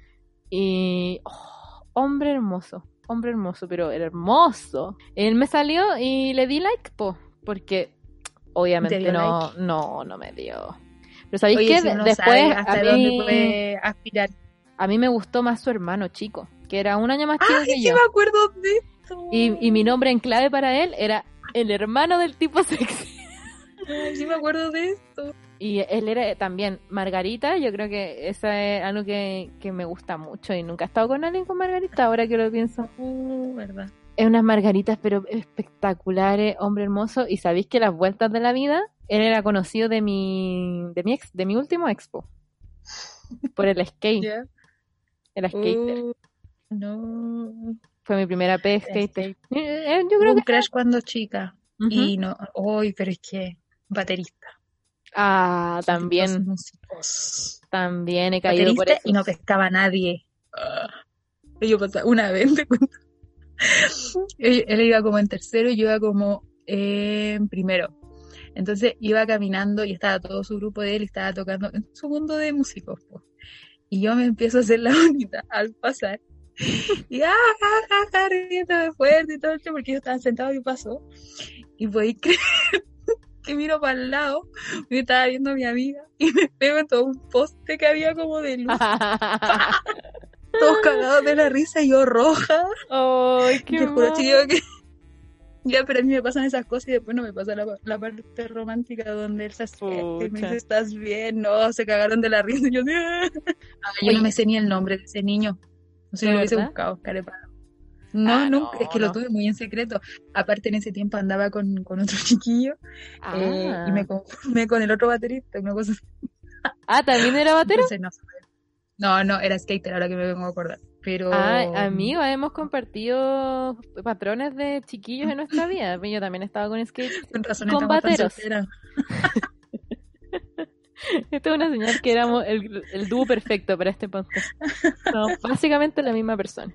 Y oh, hombre hermoso, hombre hermoso, pero hermoso. Él me salió y le di like, po. porque ¿Te obviamente dio no, like? no, no me dio. Pero ¿sabéis Oye, qué? si uno Después sabe a hasta dónde mí, puede aspirar. a mí me gustó más su hermano chico, que era un año más chico ¡Ay, que sí yo. me acuerdo de esto! Y, y mi nombre en clave para él era el hermano del tipo sexy. Ay, sí me acuerdo de esto. Y él era también Margarita. Yo creo que esa es algo que, que me gusta mucho. Y nunca he estado con alguien con Margarita, ahora que lo pienso. Uh, verdad. Es unas margaritas, pero espectaculares, hombre hermoso. Y sabéis que las vueltas de la vida, él era conocido de mi, de mi ex, de mi último expo. Por el skate, ¿Ya? el skater. Uh, no. Fue mi primera P skater. Skate. Eh, eh, Yo Tuve creo un que. crush cuando chica. Ujú. Y no. Uy, pero es que. Baterista. Ah, Los también, músicos. también he caído por Baterista eso. y no pescaba a nadie. Ah. Yo pasaba una vez, te cuento. Él, él iba como en tercero y yo iba como en primero. Entonces iba caminando y estaba todo su grupo de él y estaba tocando en su mundo de músicos, po. Y yo me empiezo a hacer la bonita al pasar. Y ah, ah, ah, ah, riéndome fuerte y todo esto porque ellos estaban sentados y pasó. Y podéis creer que miro para el lado, me estaba viendo a mi amiga y me pego en todo un poste que había como de luz, todos cagados de la risa y yo roja. Ay, qué Te juro, mal. chico, que ya, pero a mí me pasan esas cosas y después no me pasa la, la parte romántica donde él se acerca y me Pucha. dice, ¿estás bien? No, se cagaron de la risa. Y yo, "Ah". Ah, yo Oye. no me sé ni el nombre de ese niño. No sé si ¿De lo hubiese verdad? buscado, carepalo. No, Ah, nunca, no, es que no. lo tuve muy en secreto. Aparte, en ese tiempo andaba con, con otro chiquillo Ah, eh, y me confundí con el otro baterista, una cosa así. ah, ¿también era batero? Entonces, no, no, no, era skater, ahora que me vengo a acordar. Pero Ah, amigo, hemos compartido patrones de chiquillos en nuestra vida. Yo también estaba con skate, con razón con estamos tan bateros. solteras. Esto es una señal que éramos el, el dúo perfecto para este podcast. No, básicamente la misma persona.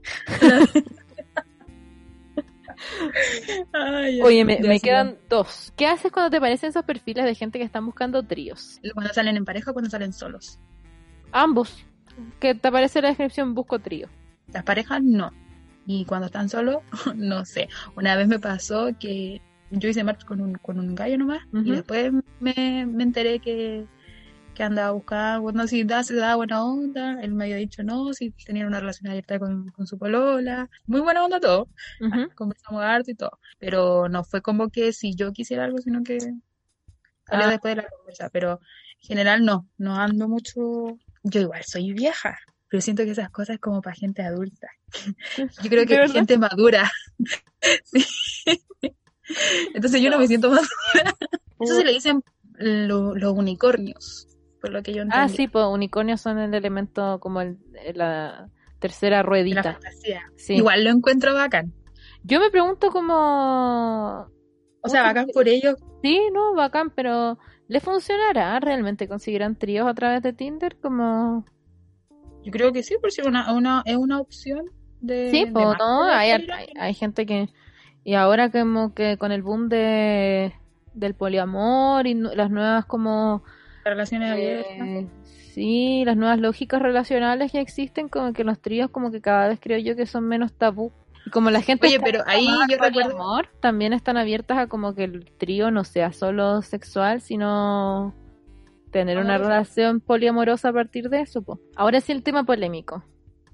Ay, ya, Oye, me, ya me sí, quedan dos. ¿Qué haces cuando te aparecen esos perfiles de gente que están buscando tríos? ya. Cuando salen en pareja o cuando salen solos. Ambos. Que te aparece la descripción busco trío. Las parejas no. Y cuando están solos, no sé. Una vez me pasó que yo hice match con un, con un gallo nomás. Ujú. Y después me, me enteré que, que andaba buscando, bueno, si da, se daba buena onda. Él me había dicho no, si tenía una relación abierta con, con su polola. Muy buena onda todo. Ujú. Conversamos harto y todo. Pero no fue como que si yo quisiera algo, sino que salió Ah. después de la conversa. Pero en general no, no ando mucho. Yo igual soy vieja, pero siento que esas cosas es como para gente adulta. Yo creo ¿De que verdad? gente madura. Sí. Entonces yo no me siento madura. Eso se le dicen lo- los unicornios, por lo que yo entendí. Ah, sí, pues unicornios son el elemento como el, la tercera De la ruedita. fantasía. Sí. Igual lo encuentro bacán. Yo me pregunto como... O sea, bacán por ellos. Sí, no, bacán, pero ¿le funcionará? ¿Realmente conseguirán tríos a través de Tinder? Como... Yo creo que sí, por si una, una, es una opción de. Sí, de pues más no, poder hay, para ir a- hay, hay gente que... Y ahora como que con el boom de del poliamor y nu- las nuevas como... relaciones abiertas. eh, sí, las nuevas lógicas relacionales que existen, como que los tríos como que cada vez creo yo que son menos tabú. Y como la gente Oye, está pero ahí más al yo recuerdo. poliamor, también están abiertas a como que el trío no sea solo sexual, sino tener una Amorosa. relación poliamorosa a partir de eso, po. Ahora sí el tema polémico.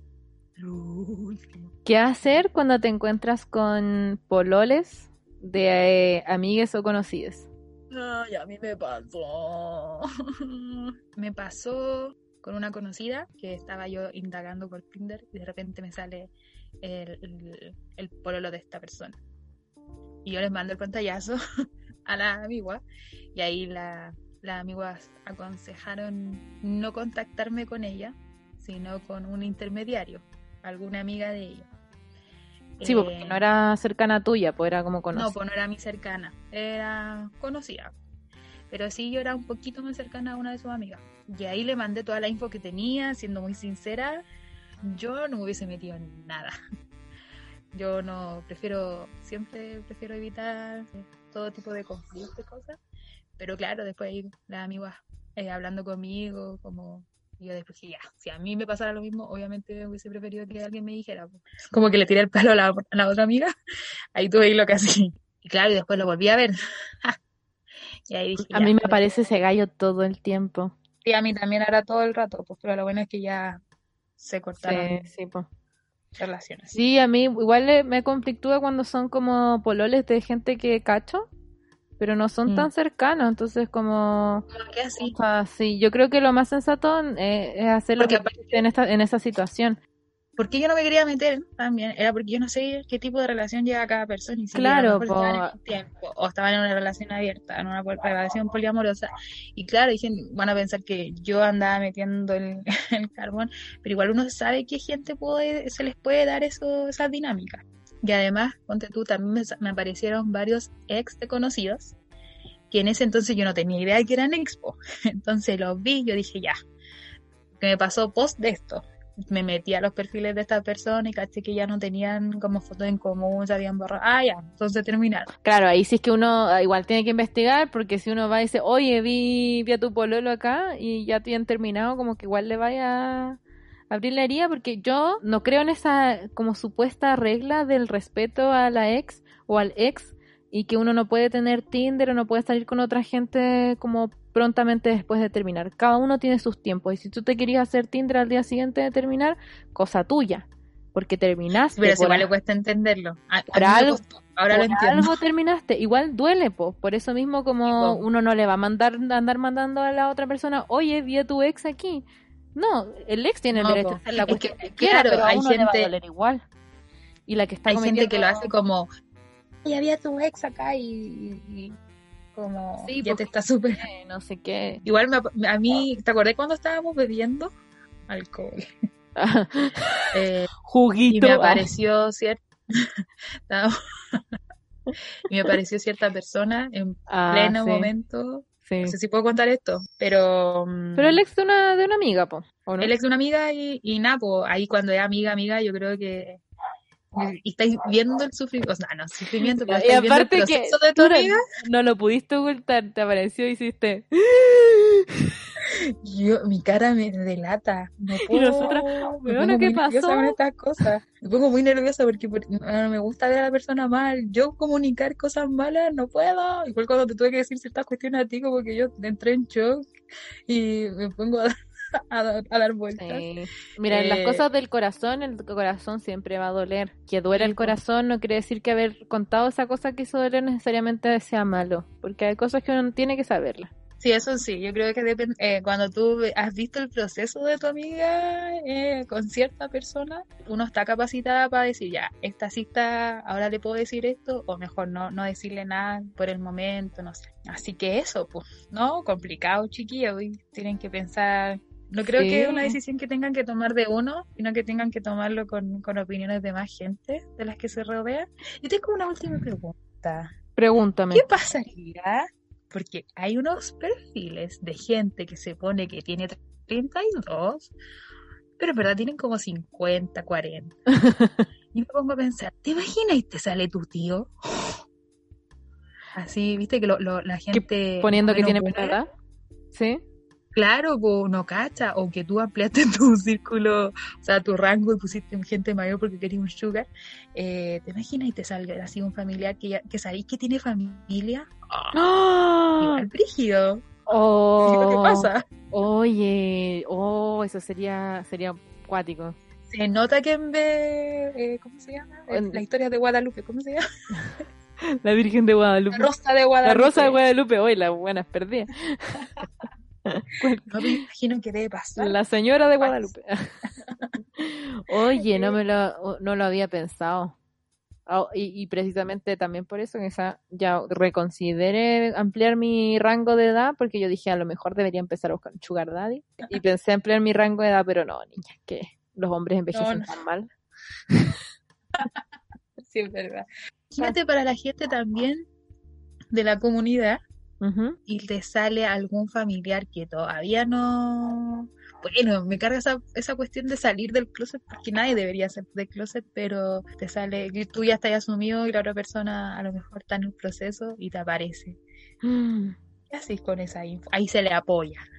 Lo último. ¿Qué hacer cuando te encuentras con pololes de eh, amigues o conocidos? Ay, a mí me pasó. Me pasó con una conocida que estaba yo indagando por Tinder y de repente me sale el, el, el pololo de esta persona. Y yo les mando el pantallazo a la amigua y ahí la, las amiguas aconsejaron no contactarme con ella, sino con un intermediario, alguna amiga de ella. Sí, po, porque Eh, no era cercana tuya, pues era como No, conocida. pues no era mi cercana, era conocida. Pero sí yo era un poquito más cercana a una de sus amigas. Y ahí le mandé toda la info que tenía, siendo muy sincera, yo no me hubiese metido en nada. Yo no, prefiero, siempre prefiero evitar todo tipo de conflictos y cosas. Pero claro, después ahí las amigas eh, hablando conmigo, como... Y yo después dije, ya, si a mí me pasara lo mismo, obviamente hubiese preferido que alguien me dijera. Como que le tiré el palo a la, a la otra amiga, ahí tuve ahí lo que así. Y claro, y después lo volví a ver. Y ahí dije, A ya, mí me pero aparece ese gallo todo el tiempo. sí, a mí también era todo el rato, pues, pero lo bueno es que ya se Sí, cortaron sí, pues. relaciones. Sí, a mí igual le- me conflictúa cuando son como pololes de gente que cacho, pero no son Mm. tan cercanos, entonces como... Como que así. O sea, sí, yo creo que lo más sensato eh, es hacer lo Porque que tú hiciste en esta, en esa situación. porque yo no me quería meter también, era porque yo no sé qué tipo de relación lleva cada persona y si a lo Claro, mejor estaban en pues, un tiempo o estaban en una relación abierta, en una pol- relación poliamorosa. Y claro, hay gente- van a pensar que yo andaba metiendo el, el carbón, pero igual uno sabe qué gente puede, se les puede dar eso, esas dinámicas. Y además, ponte tú, también me, me aparecieron varios ex de conocidos que en ese entonces yo no tenía idea de que eran expo. Entonces los vi, yo dije ya, que me pasó post de esto. Me metí a los perfiles de esta persona y caché que ya no tenían como fotos en común, se habían borrado. Ah, ya, entonces terminaron. claro, ahí sí es que uno ah, igual tiene que investigar, porque si uno va y dice, oye, vi, vi a tu pololo acá y ya te han terminado, como que igual le vaya a abrir la herida, porque yo no creo en esa como supuesta regla del respeto a la ex o al ex y que uno no puede tener Tinder o no puede salir con otra gente como prontamente después de terminar. Cada uno tiene sus tiempos y si tú te querías hacer Tinder al día siguiente de terminar, cosa tuya, porque terminaste Pero si por, igual a- le cuesta entenderlo. A, a por mí me algo. costó, ahora Por lo entiendo. algo terminaste, igual duele, po. Por eso mismo como Tipo, uno no le va a mandar andar mandando a la otra persona, oye, vi a tu ex aquí. No, el ex tiene el no, derecho a po. hacer la Es cuestión que, que quiera, claro, pero a hay uno le va a gente, doler igual. Y la que está hay gente cometiendo... que lo hace como, y había tu ex acá y, y- y como Sí, ya te porque está súper. no sé qué. Igual me- a mí, ¿te acordás cuando estábamos bebiendo alcohol? Eh, y me Juguito. Ah, apareció cierta, y me apareció cierta persona en ah, pleno sí, momento. No sí. sé si puedo contar esto, pero Pero el mm, ex de una, de una amiga, po, ¿o el no? ex de una amiga y, y Napo, ahí cuando es amiga, amiga, yo creo que y estáis viendo el sufrimiento, o sea, no sufrimiento, pero Y estáis viendo el aparte que proceso de tu tú no, amiga. no lo pudiste ocultar, te apareció y hiciste... Yo, mi cara me delata, no Y nosotras, puedo, me weona, pongo ¿qué muy nerviosa con pasó? estas cosas, me pongo muy nerviosa porque por- no me gusta ver a la persona mal, yo comunicar cosas malas no puedo, igual cuando te tuve que decir ciertas cuestiones a ti como que yo entré en shock y me pongo a, a- a dar vueltas. Sí. Mira, en las Eh, cosas del corazón, el corazón siempre va a doler. Que duela sí, el po. corazón no quiere decir que haber contado esa cosa que hizo doler necesariamente sea malo, porque hay cosas que uno tiene que saberlas. Sí, eso sí, yo creo que depende, eh, cuando tú has visto el proceso de tu amiga eh, con cierta persona, uno está capacitada para decir, ya, esta sí está, ahora le puedo decir esto, o mejor no, no decirle nada por el momento, no sé. Así que eso, pues, ¿no? Complicado, chiquillos, y tienen que pensar, no creo que es una Sí. decisión que tengan que tomar de uno, sino que tengan que tomarlo con, con opiniones de más gente, de las que se rodean. Y tengo una última pregunta. Pregúntame. ¿Qué pasaría? Porque hay unos perfiles de gente que se pone que tiene treinta y dos, pero en verdad tienen como cincuenta, cuarenta. Y me pongo a pensar, ¿te imaginas y te sale tu tío? Así, viste que lo, lo- la ¿Qué- gente poniendo que menos tiene buena, buena edad? Sí. claro, pues no cacha, o que tú ampliaste tu círculo, o sea, tu rango y pusiste gente mayor porque querías un sugar. Eh, ¿te imaginas y te salga así un familiar que, ya, que sabéis que tiene familia? ¡Ah! Igual brígido. ¿Qué Oh, pasa? oye, oh, eso sería, sería cuático. Se nota que en vez, eh, ¿cómo se llama? Eh, En- La historia de Guadalupe, ¿cómo se llama? La Virgen de La Guadalupe. Rosa de La Guadalupe. Rosa de Guadalupe, hoy las buenas perdidas. No, pero yo imagino que debe pasar. La señora de Pasa. Guadalupe. Oye, no me lo, no lo había pensado. Ah, y, y precisamente también por eso quizá ya reconsideré ampliar mi rango de edad, porque yo dije a lo mejor debería empezar a buscar un sugar daddy. Y pensé ampliar mi rango de edad, pero no, niña, que los hombres envejecen No, no. tan mal. Sí, es verdad. Fíjate para la gente también de la comunidad Ujú. y te sale algún familiar que todavía no... Bueno, me carga esa, esa cuestión de salir del closet porque nadie debería salir del closet, pero te sale, que tú ya estás asumido y la otra persona a lo mejor está en el proceso y te aparece. Mm. ¿Qué haces con esa info? Ahí se le apoya.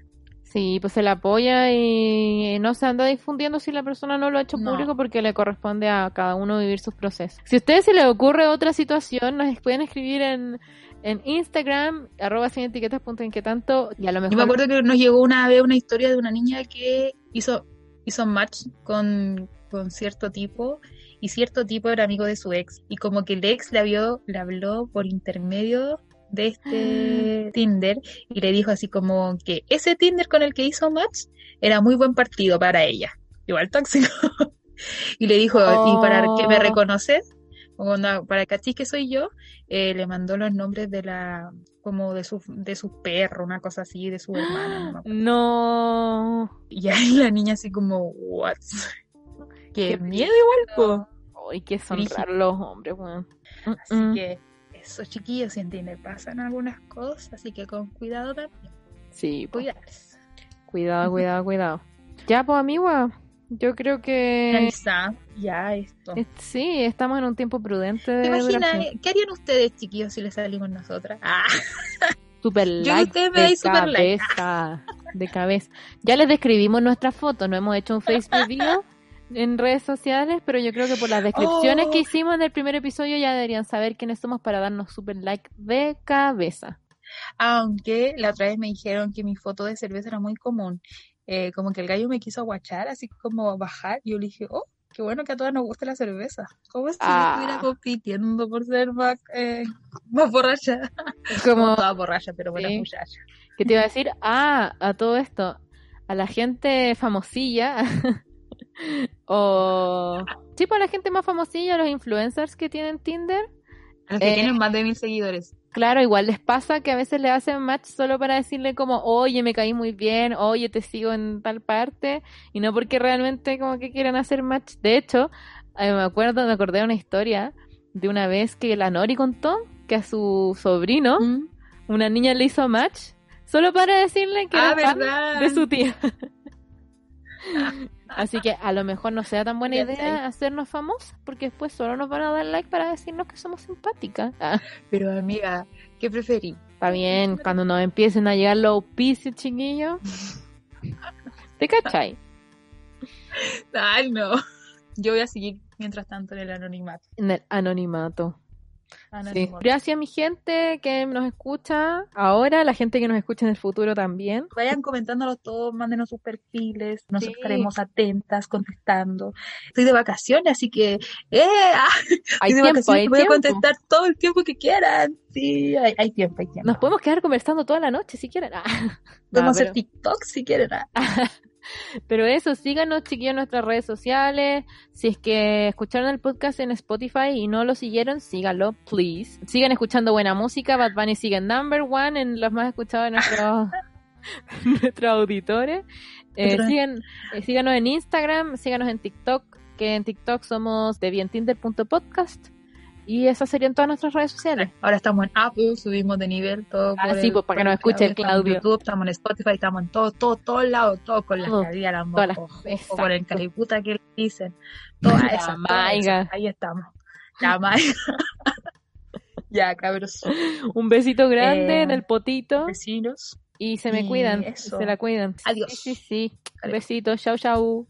Sí, pues se le apoya y no se anda difundiendo si la persona no lo ha hecho No. público porque le corresponde a cada uno vivir sus procesos. Si a ustedes se les ocurre otra situación, nos pueden escribir en, en Instagram, arroba sin etiquetas punto inquietanto, y a lo mejor... Yo me acuerdo que nos llegó una vez una historia de una niña que hizo, hizo match con, con cierto tipo, y cierto tipo era amigo de su ex, y como que el ex le, había, le habló por intermedio de este Tinder y le dijo así como que ese Tinder con el que hizo match era muy buen partido para ella, igual tóxico. Y le dijo, Oh. y para que me reconoces, o no, para que cachis que soy yo, eh, le mandó los nombres de la, como de su, de su perro, una cosa así, de su hermana, no me acuerdo. No. Y ahí la niña así como, what? Qué Qué miedo igual, po. Ay, que son Brígido. raros los hombres, weón. Así Mm-mm. que esos chiquillos en Tinder pasan algunas cosas, así que con cuidado también, Sí, pues. cuidarse. Cuidado, cuidado, cuidado. Ya, pues, amiga, yo creo Ahí que está, ya esto. eh, sí, estamos en un tiempo prudente de ¿Te imaginas? duración. ¿Qué harían ustedes, chiquillos, si les salimos nosotras? Ah, Super Yo like ustedes me de dais super like. cabeza, de cabeza. Ya les describimos nuestras fotos, no hemos hecho un face review en redes sociales, pero yo creo que por las descripciones Oh. que hicimos en el primer episodio ya deberían saber quiénes somos para darnos super like de cabeza. aunque la otra vez me dijeron que mi foto de cerveza era muy común. Eh, como que el gallo me quiso aguachar, así como bajar, y yo le dije, oh, qué bueno que a todas nos gusta la cerveza. Como si Ah. yo estuviera compitiendo por ser más, eh, más borracha. Como Como toda borracha, pero buena Sí. muchacha. que te iba a decir, ah, a todo esto, a la gente famosilla, o sí, pues a la gente más famosilla, los influencers que tienen Tinder, A los que Eh. tienen más de mil seguidores. claro, igual les pasa que a veces le hacen match solo para decirle como, oye, me caí muy bien, oye, te sigo en tal parte, y no porque realmente como que quieran hacer match. De hecho, eh, me acuerdo, me acordé de una historia de una vez que la Nori contó que a su sobrino, ¿Mm? una niña le hizo match solo para decirle que Ah, era fan ¿verdad? de su tía. Así que a lo mejor no sea tan buena Ya idea sé. hacernos famosas, porque después solo nos van a dar like para decirnos que somos simpáticas. Ah, Pero amiga, ¿qué preferí? está bien, cuando nos empiecen a llegar los auspicios, chiquillos. ¿Te cachai? Ay, no. Yo voy a seguir mientras tanto en el anonimato. En el anonimato. Sí. Anonimato. Gracias, mi gente que nos escucha ahora, la gente que nos escucha en el futuro también. Vayan comentándonos todos, mándenos sus perfiles, nos Sí. estaremos atentas, contestando. Estoy de vacaciones, así que, ¡eh! ah, Hay estoy de tiempo, vacaciones, hay voy a tiempo. contestar todo el tiempo que quieran. Sí, hay, hay tiempo, hay tiempo. Nos podemos quedar conversando toda la noche si quieren. Ah. Podemos No, hacer TikTok si quieren. ah. Pero eso, síganos, chiquillos, en nuestras redes sociales. Si es que escucharon el podcast en Spotify y no lo siguieron, síganlo, please. Sigan escuchando buena música. Bad Bunny sigue number one en los más escuchados de nuestros, nuestros auditores. Eh, Otro- sigan, eh, síganos en Instagram, síganos en TikTok, que en TikTok somos devientinder punto podcast. Y esas serían todas nuestras redes sociales. Ahora estamos en Apple, subimos de nivel todo. Ah, por sí, el- pues, para que por nos escuche el Estamos en Claudio. YouTube, estamos en Spotify, estamos en todo, todo, todos lados, todo con Todo, las carillas, las todas las- mojos, o con el exacto. cariputa que le dicen. Todas La esas, todas maiga. esas. Ahí estamos. La maiga. Ya, cabros, Un besito grande Eh, en el potito. vecinos. Y se me y cuidan. eso. Se la cuidan. Adiós. Sí, sí, sí. Adiós. Besitos. Chau, chau.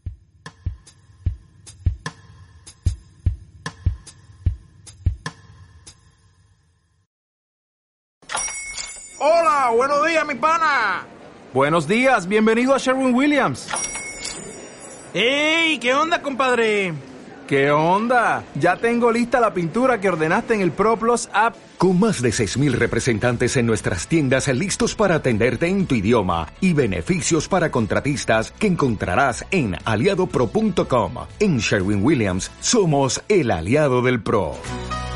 Hola, buenos días, mi pana. Buenos días, bienvenido a Sherwin Williams. ¡Ey! ¿Qué onda, compadre? ¿Qué onda? Ya tengo lista la pintura que ordenaste en el ProPlus app. Con más de seis mil representantes en nuestras tiendas listos para atenderte en tu idioma y beneficios para contratistas que encontrarás en aliado pro punto com. En Sherwin Williams somos el aliado del pro.